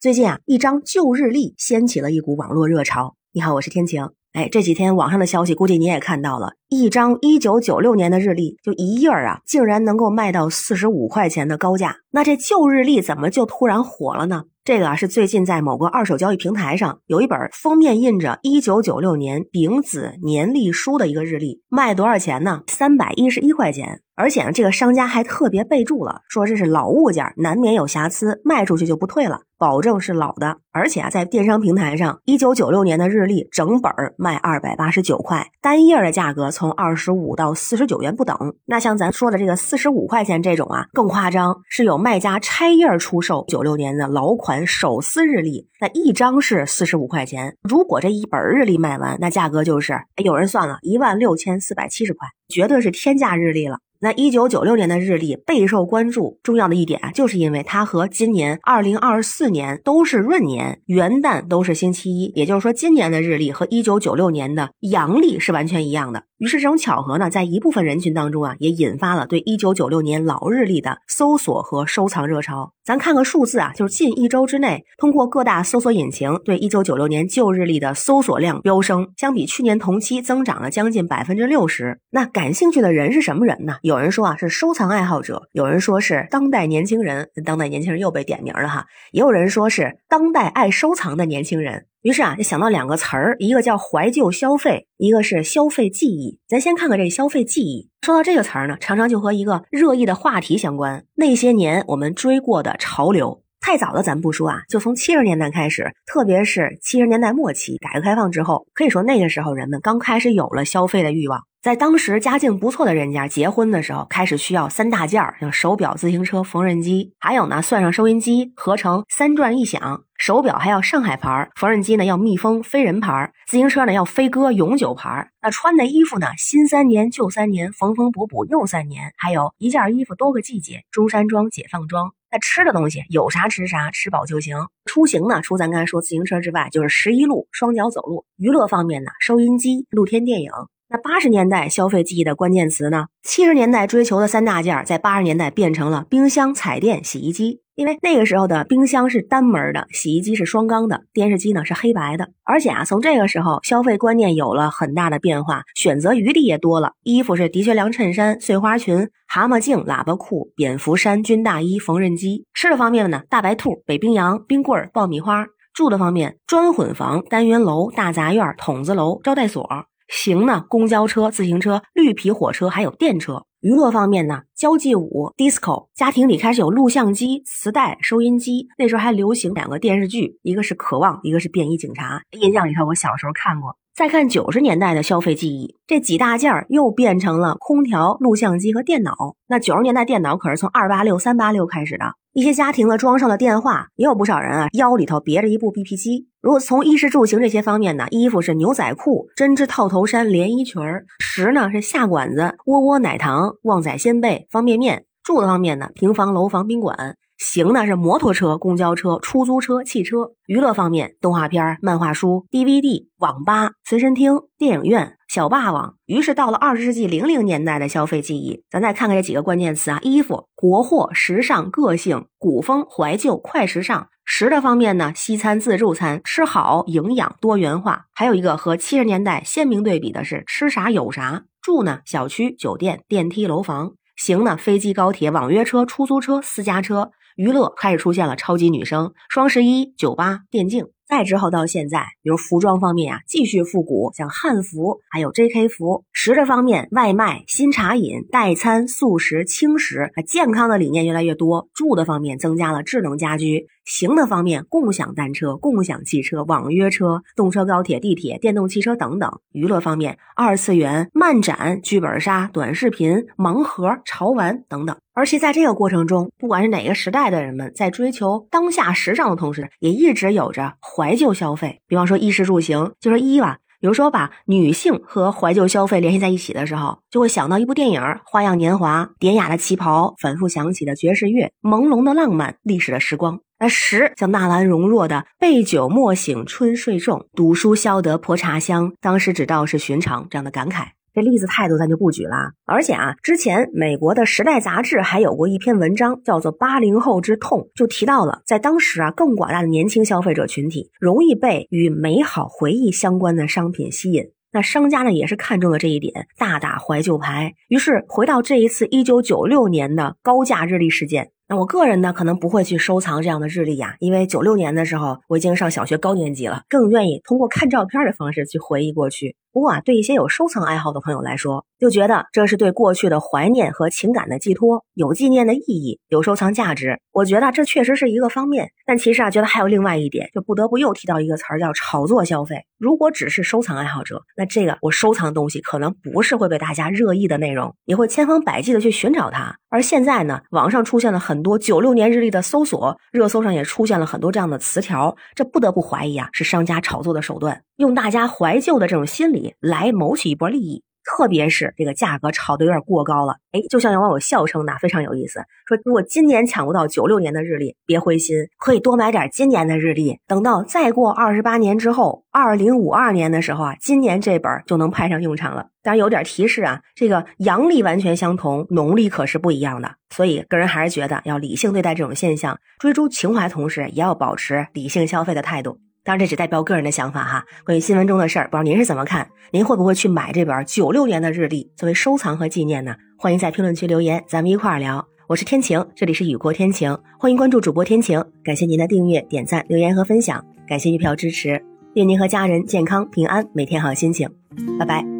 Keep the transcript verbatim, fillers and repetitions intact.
最近啊，一张旧日历掀起了一股网络热潮。你好，我是天晴。哎，这几天网上的消息估计你也看到了，一张一九九六年的日历就一页啊，竟然能够卖到四十五块钱的高价。那这旧日历怎么就突然火了呢？这个啊是最近在某个二手交易平台上有一本封面印着一九九六年丙子年历书的一个日历，卖多少钱呢？三百一十一块钱。而且呢，这个商家还特别备注了，说这是老物件，难免有瑕疵，卖出去就不退了，保证是老的。而且啊，在电商平台上，一九九六年的日历整本卖二百八十九块，单页的价格从二十五到四十九元不等。那像咱说的这个四十五块钱这种啊，更夸张，是有卖家拆页出售九六年的老款手撕日历，那一张是四十五块钱。如果这一本日历卖完，那价格就是有人算了一万六千四百七十块，绝对是天价日历了。那一九九六年的日历备受关注，重要的一点啊，就是因为它和今年二零二四年都是闰年，元旦都是星期一，也就是说今年的日历和一九九六年的阳历是完全一样的。于是这种巧合呢，在一部分人群当中啊，也引发了对一九九六年老日历的搜索和收藏热潮。咱看个数字啊，就是近一周之内，通过各大搜索引擎对一九九六年旧日历的搜索量飙升，相比去年同期增长了将近 百分之六十。 那感兴趣的人是什么人呢？有人说啊是收藏爱好者，有人说是当代年轻人，当代年轻人又被点名了哈，也有人说是当代爱收藏的年轻人。于是啊，就想到两个词儿，一个叫怀旧消费，一个是消费记忆。咱先看看这消费记忆。说到这个词儿呢，常常就和一个热议的话题相关，那些年我们追过的潮流。太早的咱不说啊，就从七十年代开始，特别是七十年代末期，改革开放之后，可以说那个时候人们刚开始有了消费的欲望。在当时家境不错的人家结婚的时候，开始需要三大件儿，像手表、自行车、缝纫机，还有呢算上收音机，合成三转一响。手表还要上海牌，缝纫机呢要蜜蜂飞人牌，自行车呢要飞鸽永久牌。那穿的衣服呢，新三年旧三年，缝缝补补又三年，还有一件衣服多个季节，中山装解放装。那吃的东西有啥吃啥，吃饱就行。出行呢，除咱刚才说自行车之外，就是十一路双脚走路。娱乐方面呢，收音机、露天电影。那八十年代消费记忆的关键词呢，七十年代追求的三大件在八十年代变成了冰箱、彩电、洗衣机。因为那个时候的冰箱是单门的，洗衣机是双缸的，电视机呢是黑白的。而且啊，从这个时候消费观念有了很大的变化，选择余地也多了。衣服是的确良衬衫、碎花裙、蛤蟆镜、喇叭裤、蝙蝠衫、军大衣、缝纫机。吃的方面呢，大白兔、北冰洋、冰棍、爆米花。住的方面，砖混房、单元楼、大杂院、筒子楼、招待所。行呢，公交车、自行车、绿皮火车还有电车。娱乐方面呢，交际舞、disco。家庭里开始有录像机、磁带、收音机。那时候还流行两个电视剧，一个是渴望，一个是便衣警察。印象里头我小时候看过。再看九十年代的消费记忆，这几大件儿又变成了空调、录像机和电脑。那九十年代电脑可是从二八六、三八六开始的。一些家庭呢装上了电话，也有不少人啊腰里头别着一部 B P 机。如果从衣食住行这些方面呢，衣服是牛仔裤、针织套头衫、连衣裙儿；食呢是下馆子、窝窝奶糖、旺仔鲜贝、方便面；住的方面呢，平房、楼房、宾馆。行呢是摩托车、公交车、出租车、汽车。娱乐方面，动画片、漫画书、D V D、网吧、随身听、电影院、小霸王。于是到了二十世纪零零年代的消费记忆，咱再看看这几个关键词啊：衣服、国货、时尚、个性、古风、怀旧、快时尚。食的方面呢，西餐、自助餐，吃好、营养、多元化。还有一个和七十年代鲜明对比的是吃啥有啥。住呢，小区、酒店、电梯、楼房。行呢，飞机、高铁、网约车、出租车、私家车。娱乐开始出现了超级女声、双十一、酒吧、电竞。再之后到现在，比如服装方面啊，继续复古，像汉服还有 J K 服。食的方面，外卖、新茶饮、代餐、速食、轻食，健康的理念越来越多。住的方面增加了智能家居。行的方面，共享单车、共享汽车、网约车、动车、高铁、地铁、电动汽车等等。娱乐方面，二次元、漫展、剧本杀、短视频、盲盒、潮玩等等。而且在这个过程中，不管是哪个时代的人们，在追求当下时尚的同时，也一直有着怀旧消费。比方说衣食住行，就是衣吧，有时候把女性和怀旧消费联系在一起的时候，就会想到一部电影《花样年华》，典雅的旗袍，反复响起的爵士乐，朦胧的浪漫，历史的时光。那食像纳兰容若的杯酒莫醒春睡重，读书消得泼茶香，当时只道是寻常这样的感慨。 这例子太多咱就不举了。而且啊，之前美国的时代杂志还有过一篇文章叫做八零后之痛，就提到了在当时啊，更广大的年轻消费者群体容易被与美好回忆相关的商品吸引。那商家呢也是看中了这一点，大打怀旧牌。于是回到这一次一九九六年的高价日历事件，那我个人呢可能不会去收藏这样的日历呀，因为九六年的时候我已经上小学高年级了，更愿意通过看照片的方式去回忆过去。不过啊，对一些有收藏爱好的朋友来说，就觉得这是对过去的怀念和情感的寄托，有纪念的意义，有收藏价值。我觉得这确实是一个方面，但其实啊，觉得还有另外一点，就不得不又提到一个词儿叫炒作消费。如果只是收藏爱好者，那这个我收藏的东西可能不是会被大家热议的内容，也会千方百计的去寻找它。而现在呢，网上出现了很多九六年日历的搜索，热搜上也出现了很多这样的词条，这不得不怀疑啊，是商家炒作的手段，用大家怀旧的这种心理来谋取一波利益。特别是这个价格炒得有点过高了，哎，就像有网友笑称的非常有意思，说如果今年抢不到九六年的日历，别灰心，可以多买点今年的日历，等到再过二十八年之后，二零五二年的时候啊，今年这本就能派上用场了。当然有点提示啊，这个阳历完全相同，农历可是不一样的，所以个人还是觉得要理性对待这种现象，追逐情怀同时也要保持理性消费的态度。当然这只代表个人的想法哈，关于新闻中的事儿，不知道您是怎么看？您会不会去买这本九六年的日历作为收藏和纪念呢？欢迎在评论区留言，咱们一块儿聊。我是天晴，这里是雨过天晴，欢迎关注主播天晴，感谢您的订阅、点赞、留言和分享，感谢月票支持，愿您和家人健康平安，每天好心情，拜拜。